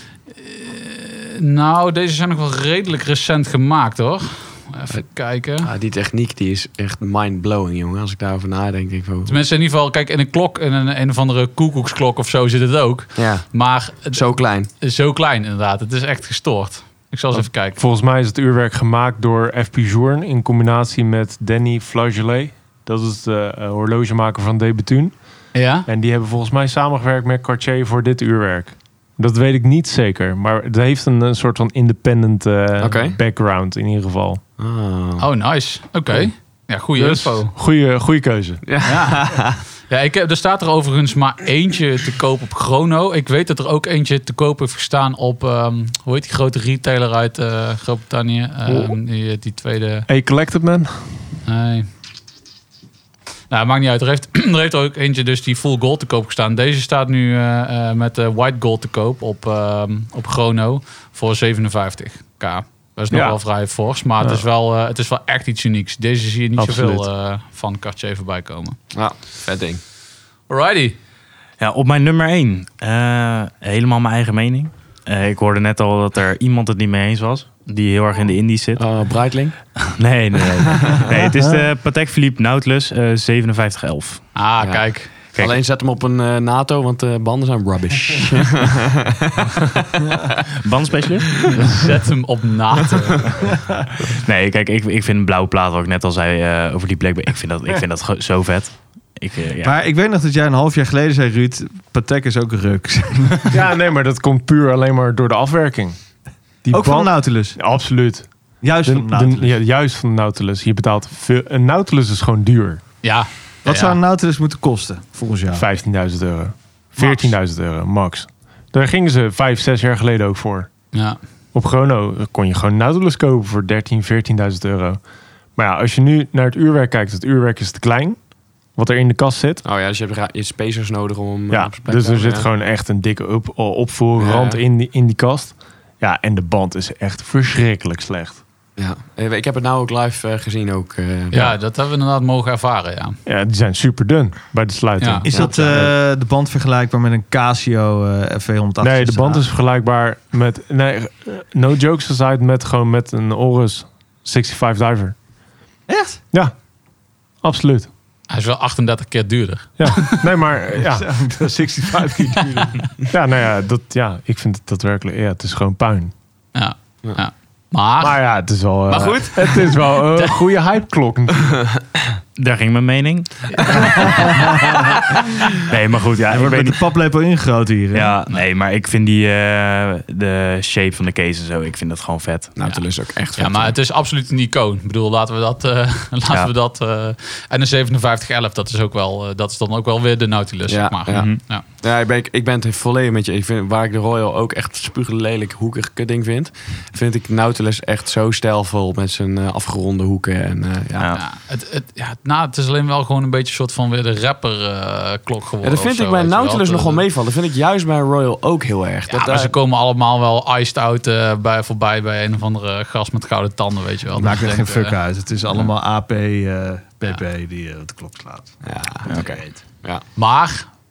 Nou, deze zijn nog wel redelijk recent gemaakt, hoor. Even kijken. Ah, die techniek die is echt mind-blowing, jongen. Als ik daarover nadenk, denk ik van... Tenminste, in ieder geval, kijk, in een klok, in een, een of andere koekoeksklok of zo zit het ook. Ja, Maar het zo klein. is zo klein, inderdaad. Het is echt gestoord. Ik zal eens even kijken. Volgens mij is het uurwerk gemaakt door F P Journe in combinatie met Danny Flageolet. Dat is de uh, horlogemaker van De Bethune. Ja? En die hebben volgens mij samengewerkt met Cartier voor dit uurwerk. Dat weet ik niet zeker, maar het heeft een, een soort van independent uh, Oké. background in ieder geval. Oh. Oh, nice. Oké. Okay. Ja, goede Dus, info. goede, goede keuze. Ja. Ja, ik heb, er staat er overigens maar eentje te koop op Chrono. Ik weet dat er ook eentje te koop heeft gestaan op... Um, hoe heet die grote retailer uit uh, Groot-Brittannië? Um, die, die tweede... Hey, Collected Man? Nee. Nou, maakt niet uit. Er heeft, er heeft er ook eentje dus die full gold te koop gestaan. Deze staat nu uh, uh, met uh, white gold te koop op, uh, op Chrono voor zevenenvijftig k. Dat is nog Ja. wel vrij fors, maar het, Ja. is wel, uh, het is wel echt iets unieks. Deze zie je niet Absoluut. zoveel uh, van Cartier voorbij komen. Ja, vet ding. Alrighty. Ja, op mijn nummer één. Uh, helemaal mijn eigen mening. Uh, ik hoorde net al dat er iemand het niet mee eens was. Die heel erg in de indies zit. Uh, Breitling? Nee, nee, nee. nee, het is de Patek Philippe Nautilus uh, zevenenvijftig elf. Ah, Ja. kijk. Kijk. Alleen zet hem op een uh, NATO, want de banden zijn rubbish. Bandspecialist? Zet hem op NATO. Nee, kijk, ik, ik vind een blauwe plaat, wat ik net al zei uh, over die Blackberry. Ik vind dat, ik vind dat ge- zo vet. Ik, uh, ja. Maar ik weet nog dat jij een half jaar geleden zei, Ruud, Patek is ook een ruk. Ja, nee, maar dat komt puur alleen maar door de afwerking. Die Ook van de band- Nautilus. Ja, absoluut. Juist De, van de de- Nautilus. ja, juist van de Nautilus. Je betaalt veel. Een Nautilus is gewoon duur. Ja. Wat ja, zou een ja. Nautilus moeten kosten, volgens jou? vijftienduizend euro. veertienduizend euro, max. Daar gingen ze vijf, zes jaar geleden ook voor. Ja. Op Chrono kon je gewoon Nautilus kopen voor dertien, veertienduizend euro. Maar ja, als je nu naar het uurwerk kijkt, het uurwerk is te klein. Wat er in de kast zit. Oh ja, dus je hebt, ra- je hebt spacers nodig om... uh, Ja, op zijn plek dus te er houden, zit ja. gewoon echt een dikke op, opvoerrand Ja. in, die, in die kast. Ja, en de band is echt verschrikkelijk slecht. Ja. Ik heb het nou ook live uh, gezien ook. Uh, Ja, dat hebben we inderdaad mogen ervaren, ja. Ja, die zijn super dun bij de sluiting. Ja. Is Ja. dat uh, de band vergelijkbaar met een Casio uh, F tweehonderdachtig? Nee, de band is vergelijkbaar met... Nee, no jokes aside, met gewoon met een Oris zesenzestig Diver. Echt? Ja, absoluut. Hij is wel achtendertig keer duurder. Ja, nee, maar ja. zesenzestig keer duurder. Ja, nou ja, dat, ja, ik vind het daadwerkelijk... Ja, het is gewoon puin. Ja. Ja. ja. Maar, Maar ja, het is wel... uh, Maar goed. Het is wel een goede hypeklok. Daar ging mijn mening. Nee, maar goed, ja, Hij ik wordt weet met niet. de paplepel ingegoten hier. hè? Ja, nee, maar ik vind die uh, de shape van de case en zo, ik vind dat gewoon vet. Nautilus ook echt vet. ja, maar het is absoluut een icoon. Ik bedoel, laten we dat... Uh, laten Ja. we dat uh, en een zevenenvijftig elf, dat is ook wel... Uh, dat is dan ook wel weer de Nautilus, Ja, zeg maar. ja. Mhm. Ja. Ja, ik ben, ik ben het volledig met je. Ik vind, waar ik de Royal ook echt spuuglelijk hoekig kutding vind, vind ik Nautilus echt zo stijlvol met zijn uh, afgeronde hoeken. En, uh, ja. Ja. Ja, het, het, ja, nou, het is alleen wel gewoon een beetje een soort van weer de rapper uh, klok Ja, geworden. dat vind of zo, ik bij weet je wel. Nautilus De- nog wel de- meevallen. Dat vind ik juist bij Royal ook heel erg. Ja, dat, maar uh, ze komen allemaal wel iced out uh, bij, voorbij bij een of andere gast met gouden tanden, weet je wel. Het maakt Dat echt je geen denkt, fuck uh, uit. Het is allemaal A P, uh, P P Ja. die uh, op de klok slaat. ja, Oké. ja. Maar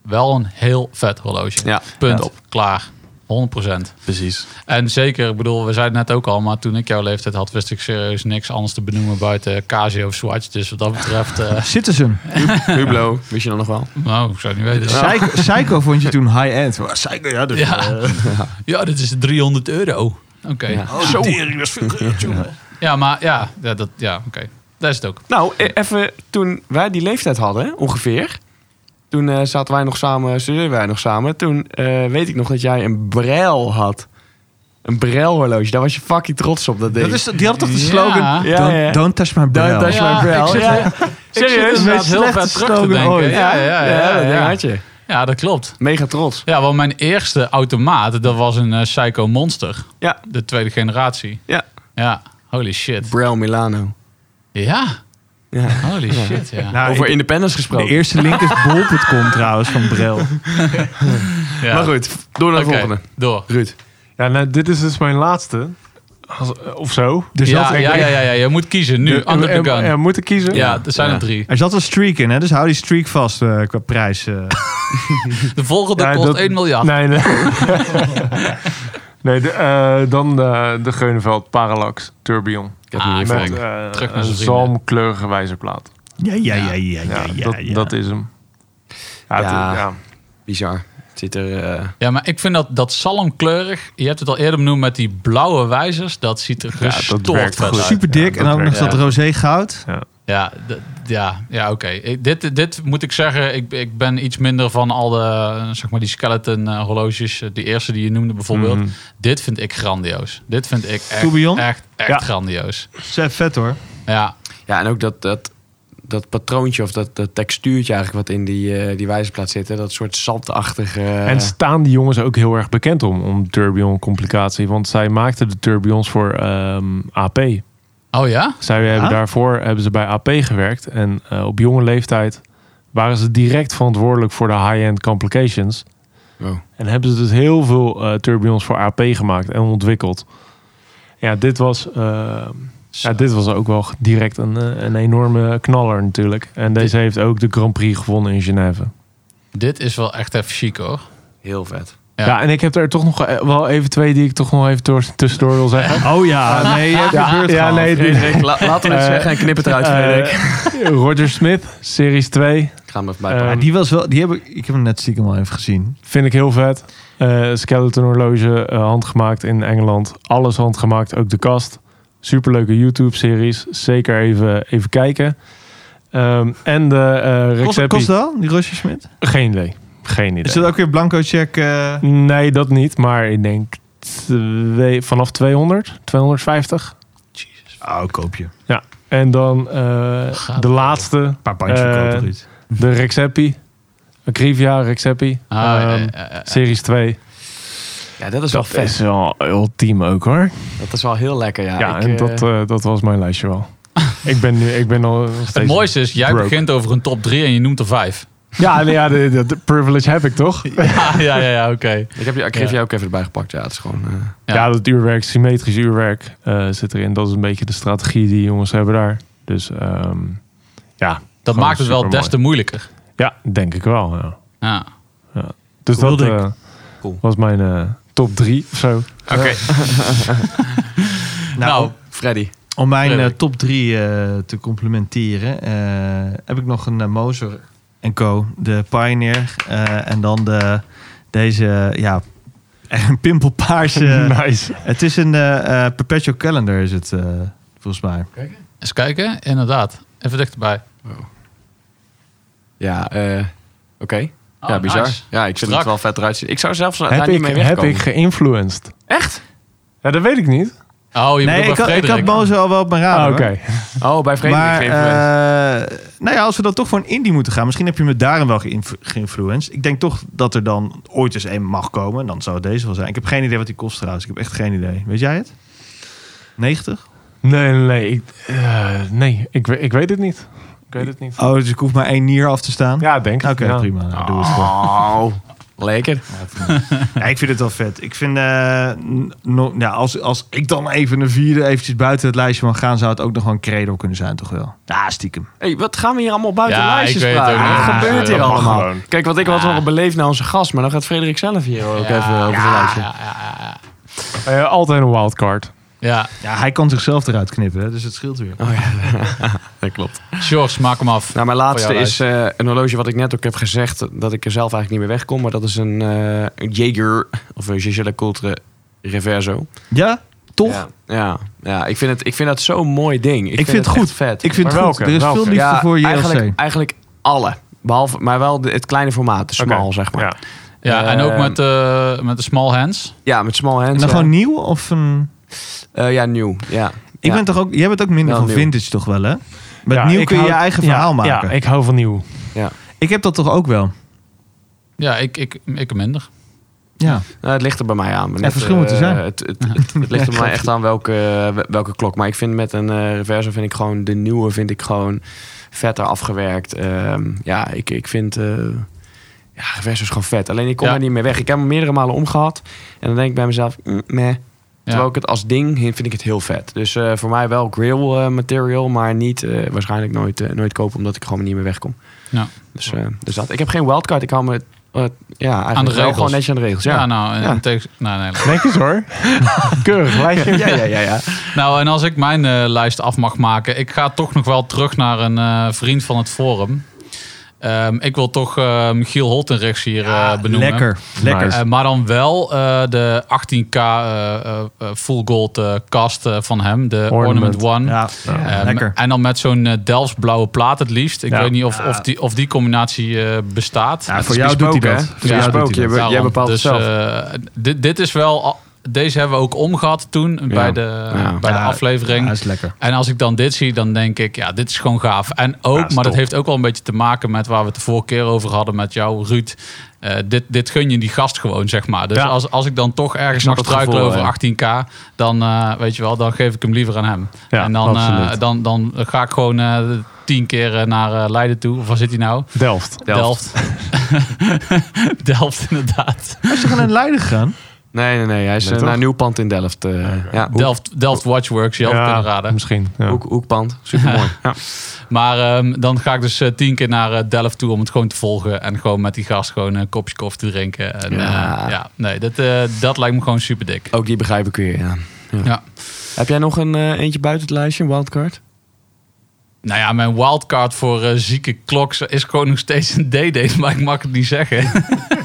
wel een heel vet horloge. Ja. Punt. Ja. Op. Klaar. honderd procent. Precies. En zeker, ik bedoel, we zeiden het net ook al, maar toen ik jouw leeftijd had, wist ik serieus niks anders te benoemen buiten Casio of Swatch. Dus wat dat betreft, uh, Citizen. Hublot, wist je dan nog wel? nou, ik zou het niet weten. Psycho, Psycho vond je toen high-end. Psycho, ja. Dus, Ja. eh, Ja, dit is driehonderd euro. Oké. Ja. oh, zo. Tering, dat is veel geld, jongen. Ja, maar ja, ja, dat, ja oké. Dat is het ook. Nou, e- even toen wij die leeftijd hadden, ongeveer. Toen uh, zaten wij nog samen, studeerden wij nog samen. Toen uh, weet ik nog dat jij een Brel had. Een Brel horloge. Daar was je fucking trots op, dat ding. Dat is, die had toch de Ja. slogan... Ja, don't, ja. don't touch my Brel. Don't touch Ja, my Brel. ik zit- Ja. Ik zit Serieus? inderdaad heel slechtste vet terug te slogan denken. ooit. Ja, ja, ja. ja, dat ja, ding ja. had je. Ja, dat klopt. Mega trots. Ja, want mijn eerste automaat, dat was een uh, Psycho Monster. Ja. De tweede generatie. Ja. Ja, holy shit. Brel Milano. Ja, Ja. holy shit, ja. Nou, Over ik- Independence de gesproken. eerste link is bol punt com trouwens, van Brel. ja. Maar goed, door naar de Oké, volgende. door. Ruud. Ja, nou, dit is dus mijn laatste. Als, of zo. Dus Ja, dat, ja, ja, ja, ja, je moet kiezen nu, De- under en- the gun. en moeten kiezen? Ja, er zijn Ja. er drie. Er zat een streak in, hè? Dus hou die streak vast uh, qua prijs. Uh. De volgende Ja, kost dat- één miljard. Nee, nee. nee de, eh, dan de, de Geuneveld Parallax Tourbillon. Ik heb Ah, hem ik hier Met vond- voor. eh, terug naar een zijn vrienden. zalmkleurige wijzerplaat. Ja, ja, ja, ja, ja, Ja, ja, dat, ja. dat is hem. Ja, Ja. het- ja. Bizar. Het zit er... eh, Ja, maar ik vind dat, dat zalmkleurig, je hebt het al eerder benoemd met die blauwe wijzers, dat ziet er dat gestoord werkt vet goed. uit. Super dik. Ja, en dat ook nog werkt, dat ja. roze goud. Ja, d- ja, ja oké. Ik- Dit, dit moet ik zeggen, ik, ik ben iets minder van al de, eh, zeg maar, die skeleton eh, horloges. eh, Die eerste die je noemde bijvoorbeeld. Mhm. Dit vind ik grandioos. Dit vind ik echt, Tourbillon? echt, echt Ja. grandioos. Zet vet hoor. Ja, Ja, en ook dat, dat, dat patroontje of dat, dat textuurtje eigenlijk wat in die, eh, die wijzerplaat zit. Hè? Dat soort zandachtige... En staan die jongens ook heel erg bekend om, om tourbillon complicatie. Want zij maakten de tourbillons voor ehm, A P. oh ja? Zij hebben daarvoor hebben ze bij A P gewerkt. En uh, op jonge leeftijd waren ze direct verantwoordelijk voor de high-end complications. Wow. En hebben ze dus heel veel uh, tourbillons voor A P gemaakt en ontwikkeld. Ja, dit was, uh, ja, dit was ook wel direct een, uh, een enorme knaller natuurlijk. En deze heeft ook de Grand Prix gewonnen in Genève. Dit is wel echt even chic hoor. Heel vet. Ja. Ja. en ik heb er toch nog uh, wel even twee die ik toch nog even door, tussendoor wil zeggen. Oh ja, nee, je hebt je beurt ja, gehad. nee, die- Frederik, la- laten we het Eh, zeggen en knip het eruit, Frederik. Uh, Roger Smith, Series twee. Ik ga hem even eh, bijpakken. Ja, die was wel, die heb ik, ik heb hem net stiekem al even gezien. Vind ik heel vet. Uh, skeleton horloge, uh, handgemaakt in Engeland. Alles handgemaakt, ook de kast. Superleuke YouTube-series. Zeker even, even kijken. Um, en de uh, Kost, Rexepi. kost dat, die Roger Smit? Geen idee. Geen idee. Is dat ook weer blanco check? eh? Nee, dat niet. Maar ik denk twee, vanaf tweehonderd, tweehonderdvijftig. Oh, koop je. En dan uh, Gaat de wel. laatste. Een paar bandjes Eh, verkopen, Ruud. De Rexepi. Acrivia Rexepi. Ah, ja, Um, ja, ja, ja. Series twee. Ja, dat is wel Dat vet. is wel ultiem ook hoor. Dat is wel heel lekker, ja. Ja, Ik, en eh, dat, uh, dat was mijn lijstje wel. ik ben nu, ik ben al nog steeds... Het mooiste is, jij broke. begint over een top drie en je noemt er vijf. Ja, nee, ja de, de, de privilege heb ik toch? Ja, ja, ja, ja oké. Ik heb je, ik geef Ja. jou ook even erbij gepakt. Ja, het is gewoon... eh, Ja. Ja, dat uurwerk, symmetrisch uurwerk uh, zit erin. Dat is een beetje de strategie die jongens hebben daar. Dus um, ja. Dat gewoon maakt het wel supermooi. des te moeilijker. Ja, denk ik wel. Ja. Ja. Dus Cool, dat Dick. uh, Cool. was mijn uh, top drie of zo. Oké. Nou, Freddy. Om mijn eh, Frederik. top drie eh, te complementeren, eh, heb ik nog een uh, Moser en Co. De Pioneer. eh, en dan de, deze, ja, echt een pimpelpaarse. nice. Het is een eh, eh, Perpetual Calendar, is het uh, volgens mij. eens kijken. Inderdaad. Even dichterbij. Ja, eh oké. Oh, ja, bizar. nice. Ja, ik vind Strak. het wel vet eruit zien. Ik zou zelfs daar Heb niet ik, mee heb wegkomen. ik geïnfluenced? Echt? Ja, dat weet ik niet. Oh, je Nee, bedoelt ik bij had, ik had Frederik. Moser al wel op mijn radar. Ah, hoor. oké. Oh, bij Frederik Maar geen eh, influence. nou ja, als we dan toch voor een indie moeten gaan, misschien heb je me daarin wel geïnf- geïnfluenced. Ik denk toch dat er dan ooit eens een mag komen. En dan zou het deze wel zijn. Ik heb geen idee wat die kost trouwens. Ik heb echt geen idee. Weet jij het? negentig? Nee, nee, nee. Ik, uh, nee, ik, we- ik weet het niet. Ik weet het niet. Oh, dus ik hoef maar één nier af te staan? Ja, denk ik. Oké, ja. prima. Nou, doe het gewoon. Oh. Lekker. Ja, ik vind het wel vet. Ik vind, uh, no, ja, als, als ik dan even een vierde eventjes buiten het lijstje mag gaan, zou het ook nog wel een credo kunnen zijn, toch wel? Ja, stiekem. Hey, wat gaan we hier allemaal buiten Ja, lijstjes ik weet praten? het ook Wat niet. gebeurt Ja, hier dat mag allemaal? gewoon. Kijk, wat ik was wel beleefd naar onze gast, maar dan gaat Frederik zelf hier ook Ja, even over zijn lijstje. Ja, ja, ja, Uh, altijd een wildcard. ja. Ja, hij kan zichzelf eruit knippen, hè, dus het scheelt weer. Oh ja, dat klopt. George, maak hem af. Nou, mijn Voor laatste jouw is uh, een horloge wat ik net ook heb gezegd, dat ik er zelf eigenlijk niet meer wegkom. Maar dat is een, uh, een Jaeger, of een Jaeger-LeCoultre Reverso. Ja, toch? Ja, ja, ja ik, vind het, ik vind dat zo'n mooi ding. Ik, Ik vind het echt goed. vet. Ik vind Maar het goed. welke? Er is Welke? veel liefde ja, voor J L C. eigenlijk, eigenlijk alle. Behalve, maar wel de, het kleine formaat, de small, Oké, zeg maar. Ja. Ja, en ook Eh, met, uh, met de small hands. Ja, met small hands. En dan ja. gewoon nieuw of een... Uh, ja, nieuw. Ja. Ik ja. ben toch ook... Jij bent ook minder Wel van nieuw. vintage toch wel, hè? Met Ja, nieuw ik kun je hou- je eigen ja, verhaal maken. Ja, ik hou van nieuw. Ik heb dat toch ook wel? Ja, ik, ik, ik minder. Ja. Nou, het ligt er bij mij aan. Maar Ja, verschil moet er eh, zijn. Het, het, het, het ligt er bij mij echt aan welke, welke klok. Maar ik vind met een uh, Reverso vind ik gewoon de nieuwe vind ik gewoon vetter afgewerkt. Um, ja, ik, ik vind uh, ja, Reverso is gewoon vet. Alleen ik kom Ja. er niet meer weg. Ik heb hem meerdere malen omgehad en dan denk ik bij mezelf, mm, meh. Terwijl Ja. ik het als ding vind ik het heel vet. Dus uh, voor mij wel grill uh, material, maar niet uh, waarschijnlijk nooit, uh, nooit kopen omdat ik gewoon niet meer wegkom. Ja. Dus, uh, dus dat. Ik heb geen wildcard. Ik hou me uh, ja, eigenlijk Aan de wel regels. gewoon netjes aan de regels. Ja, Ja, nou, en Ja. tegen- nou, nee, Netjes hoor. Keurig, lijstje. ja, ja, ja, ja. Nou, en als ik mijn uh, lijst af mag maken, ik ga toch nog wel terug naar een uh, vriend van het forum. Um, ik wil toch uh, Michiel Holtenrichs hier uh, benoemen. Lekker. Lekker. Uh, maar dan wel uh, de achttien k uh, uh, uh, full gold uh, kast uh, van hem, de Ornament, Ornament. One. Ja, ja, Um, lekker. En dan met zo'n uh, Delfts blauwe plaat het liefst. Ik Ja. weet niet of, Ja. of, die, of die combinatie uh, bestaat. Ja, Het voor is jou doet hij besproken, dat. hè? Voor Ja, jou doet besproken. hij dat. Je- jij Daarom. bepaalt dus, het zelf. uh, dit, dit is wel... al- Deze hebben we ook omgehad toen bij de, Ja. bij de Ja, aflevering. Ja, is lekker. En als ik dan dit zie, dan denk ik, ja, dit is gewoon gaaf. En ook, Ja, is maar dat top. heeft ook wel een beetje te maken met waar we het de vorige keer over hadden met jou, Ruud. Uh, dit, dit gun je die gast gewoon, zeg maar. Dus Ja. als, als ik dan toch ergens snap nog het struikel gevoel, over ja. achttien k, dan uh, weet je wel, dan geef ik hem liever aan hem. Ja, en dan, uh, absoluut. dan, dan ga ik gewoon uh, tien keer uh, naar uh, Leiden toe. Of waar zit hij nou? Delft. Delft. Delft, inderdaad. Is je gewoon in Leiden gegaan? Nee, nee, nee. Hij is Nee, uh, toch? naar Nieuwpand in Delft. Uh, ja. Delft, Delft Watchworks, je had het kunnen raden. misschien. Ja. Hoek, hoekpand. Super mooi. Ja. Maar um, dan ga ik dus uh, tien keer naar uh, Delft toe om het gewoon te volgen. En gewoon met die gast gewoon een kopje koffie te drinken. En, Ja. uh, ja, nee, dat, uh, dat lijkt me gewoon super dik. Ook die begrijp ik weer, ja. ja. Ja. Heb jij nog een uh, eentje buiten het lijstje, een wildcard? Nou ja, mijn wildcard voor uh, zieke kloks is gewoon nog steeds een D-date. Maar ik mag het niet zeggen.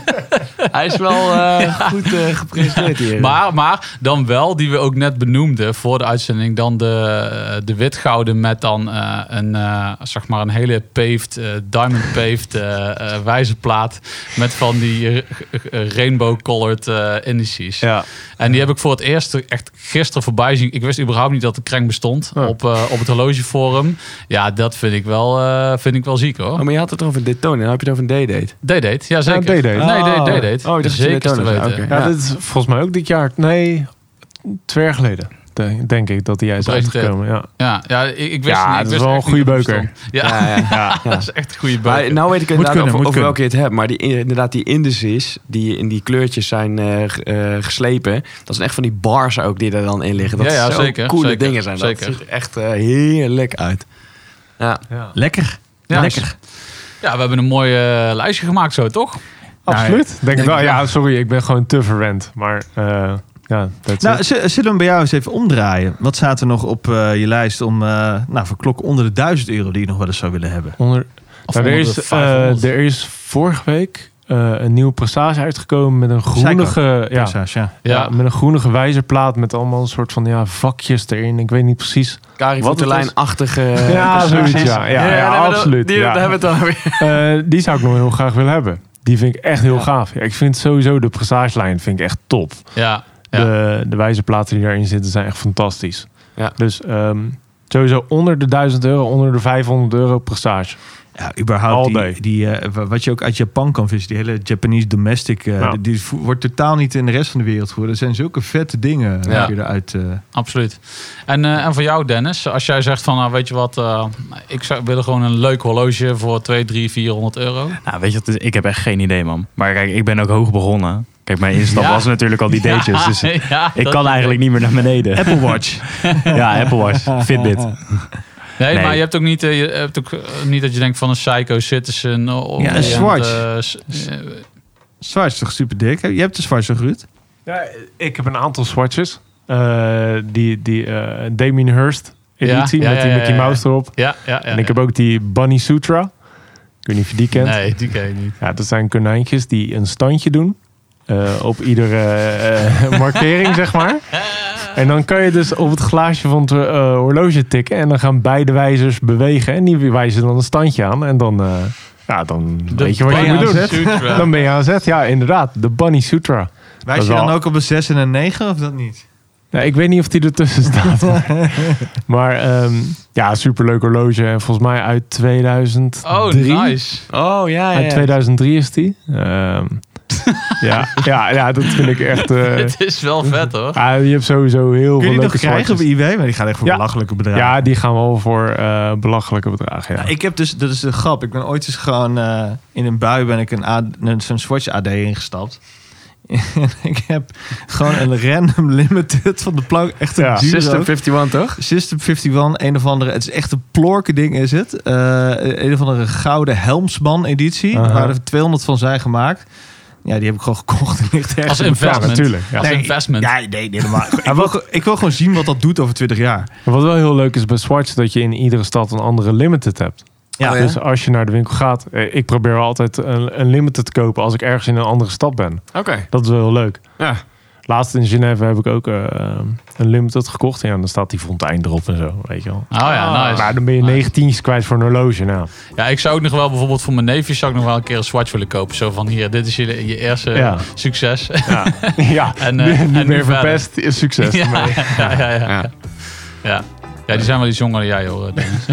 Hij is wel uh, goed uh, gepresenteerd hier. Maar, maar dan wel, die we ook net benoemden voor de uitzending, dan de, de witgouden met dan uh, een, uh, zeg maar een hele paved, uh, diamond paved uh, uh, wijzerplaat met van die uh, uh, rainbow-colored uh, indices. Ja. En die heb ik voor het eerst echt gisteren voorbij zien. Ik wist überhaupt niet dat de kreng bestond Oh. op, uh, op het horlogeforum. Ja, dat vind ik wel, uh, vind ik wel ziek hoor. Oh, maar je had het over Daytona, dan heb je het over een D-date. D-date, ja zeker. Ja, D-date. Nee, Oh. D-date. Oh, ik dacht dat je zeker te Daytona zei. weten. Oké. Ja, Ja. dit is volgens mij ook dit jaar. Nee, twee jaar geleden. De- Denk ik dat hij is Gepresenteerd. uitgekomen. Ja. Ja, ja ik, ik wist Ja, het niet. Ik dat is wist wel echt een niet goede dat het beuker. bestond. Ja, Ja, ja. ja. dat is echt een goede beuker. Maar nou weet ik inderdaad kunnen, over, moet over kunnen. welke je het hebt. Maar die, inderdaad, die indices die in die kleurtjes zijn uh, g- uh, geslepen. Dat zijn echt van die bars ook die er dan in liggen. Dat Ja, ja, zo zeker, coole zeker, dingen zijn. Dat zeker. ziet er echt uh, heerlijk uit. Ja. Ja. Lekker. Ja, Lekker. Ja, we hebben een mooi uh, lijstje gemaakt zo, toch? Absoluut. Denk ik denk wel. ik Ja, sorry, ik ben gewoon te verwend. Maar uh, ja, that's Nou, it. z- zullen we hem bij jou eens even omdraaien? Wat staat er nog op uh, je lijst om uh, nou, voor klokken onder de duizend euro die je nog wel eens zou willen hebben? Onder, Of nou, er, onder is, de vijfhonderd. uh, er is vorige week uh, een nieuwe prestatie uitgekomen met een groenige, ja, Precies, ja. ja. Ja. met een groenige wijzerplaat met allemaal een soort van ja, vakjes erin. Ik weet niet precies. Kari Wat het Voeterlijn-achtige Ja, constructies. zoiets, ja. Ja, ja, daar hebben we absoluut, Die, ja. Daar hebben we het dan weer. Uh, die zou ik nog heel graag willen hebben. Die vind ik echt heel Ja. gaaf. Ja, ik vind sowieso de prestatielijn vind ik echt top. Ja, ja. De, de wijzerplaten die daarin zitten zijn echt fantastisch. Ja. Dus um, Sowieso onder de duizend euro, onder de vijfhonderd euro prestage. Ja, überhaupt All die, day. die, uh, wat je ook uit Japan kan vissen. Die hele Japanese domestic. Uh, Ja. die, die vo- wordt totaal niet in de rest van de wereld gevoerd. Er zijn zulke vette dingen Ja. ja. je eruit... Uh, Absoluut. En, uh, en voor jou, Dennis, als jij zegt van, nou, weet je wat, uh, ik zou willen gewoon een leuk horloge voor twee, drie, vierhonderd euro. Nou, weet je wat, het is? Ik heb echt geen idee, man. Maar kijk, ik ben ook hoog begonnen. Kijk, mijn instap Ja. was natuurlijk al die datejes. Dus ja, ik dat kan is- eigenlijk niet meer naar beneden. Apple Watch. Ja, Apple Watch, Fitbit. Nee, Nee. maar je hebt ook niet, uh, je hebt ook uh, niet dat je denkt van een Psycho Citizen. Of Ja, een Swatch. uh, s- uh, Swatch is toch super dik? Je hebt de Swatch toch, Ruud? Ja, ik heb een aantal swatches. Uh, die die uh, Damien Hirst editie Ja, ja, met die ja, ja, Mickey ja. Mouse erop. ja, ja, ja. En ik heb ook die Bunny Sutra. Ik weet niet of je die kent. Nee, die ken je niet. Ja, dat zijn konijntjes die een standje doen. Uh, op iedere uh, markering, zeg maar. En dan kan je dus op het glaasje van het uh, horloge tikken. En dan gaan beide wijzers bewegen. En die wijzen dan een standje aan. En dan, uh, ja, dan De weet je wat je Bunny moet doen. Sutra. Dan ben je aan zet. Ja, inderdaad. De Bunny Sutra. Wijs Dat je is dan wel- ook op een zes en een negen of dat niet? Nou, ik weet niet of die ertussen staat. maar maar um, ja, superleuk horloge. En volgens mij uit tweeduizend drie. Oh, nice. Oh, ja, ja. Uit tweeduizend drie is die. Um, ja, ja, ja, dat vind ik echt... Uh, Het is wel vet, hoor. ah, je hebt sowieso heel Kun je veel die nog leuke krijgen op swatches. eBay? Maar die gaan echt voor Ja. belachelijke bedragen. Ja, die gaan wel voor uh, belachelijke bedragen. Ja. Nou, ik heb dus, dat is de grap. Ik ben ooit eens gewoon uh, in een bui ben ik een, A- een zo'n Swatch A D ingestapt. En ik heb gewoon een random limited van de plank. Echt een Ja. duur System ook. eenenvijftig, toch? System eenenvijftig, een of andere. Het is echt een plorke ding is het. Uh, een of andere gouden Helmsman editie. Aha. Waar er tweehonderd van zijn gemaakt. Ja, die heb ik gewoon gekocht. En ligt echt Als in mijn investment. kast. natuurlijk. Ja. Als Nee, investment. Ja, nee, nee, helemaal. ik, wil, ge- ik wil gewoon zien wat dat doet over twintig jaar. En wat wel heel leuk is bij Swatch, dat je in iedere stad een andere limited hebt. Ja, Oh, ja? Dus als je naar de winkel gaat, eh, ik probeer wel altijd een, een limited te kopen als ik ergens in een andere stad ben. Oké. Dat is wel heel leuk. Ja. Laatst in Genève heb ik ook uh, een limited gekocht. Ja, dan staat die Fontein erop en zo, weet je wel. Oh ja, nice. Maar dan ben je Nice. negentientjes kwijt voor een horloge. Nou, Ja, ik zou ook nog wel bijvoorbeeld voor mijn neefjes zou ik nog wel een keer een Swatch willen kopen. Zo van hier, dit is je, je eerste Ja. succes. ja, ja. En, uh, nu, en nu nu meer verder. verpest is succes. ja, Nee. ja, ja, ja, ja. Ja. ja. Ja, die zijn wel iets jonger dan jij, hoor, Dennis.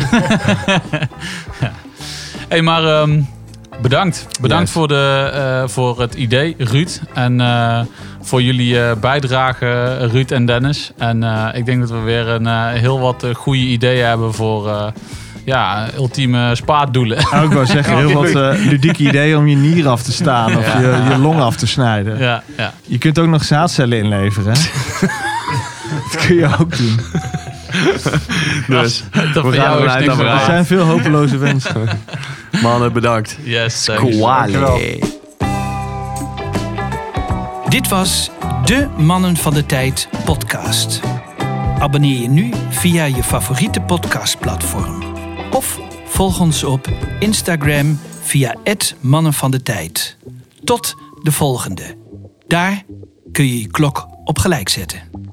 ja. Hey, maar um, bedankt. Bedankt Yes. voor, de, uh, voor het idee, Ruud. En uh, voor jullie uh, bijdrage, Ruud en Dennis. En uh, ik denk dat we weer een uh, heel wat uh, goede ideeën hebben voor uh, ja, ultieme spaatdoelen. Nou, ik wou zeggen, heel wat uh, ludieke ideeën om je nier af te staan of Ja. je, je long af te snijden. ja, ja. Je kunt ook nog zaadcellen inleveren. Hè? Dat kun je ook doen. Dus, Dat we voor gaan jou er is uit niks aan Er meer. zijn veel hopeloze wensen. mannen, bedankt. Yes, thanks. Kwale. Dit was de Mannen van de Tijd podcast. Abonneer je nu via je favoriete podcastplatform. Of volg ons op Instagram via het Mannen van de Tijd. Tot de volgende. Daar kun je je klok op gelijk zetten.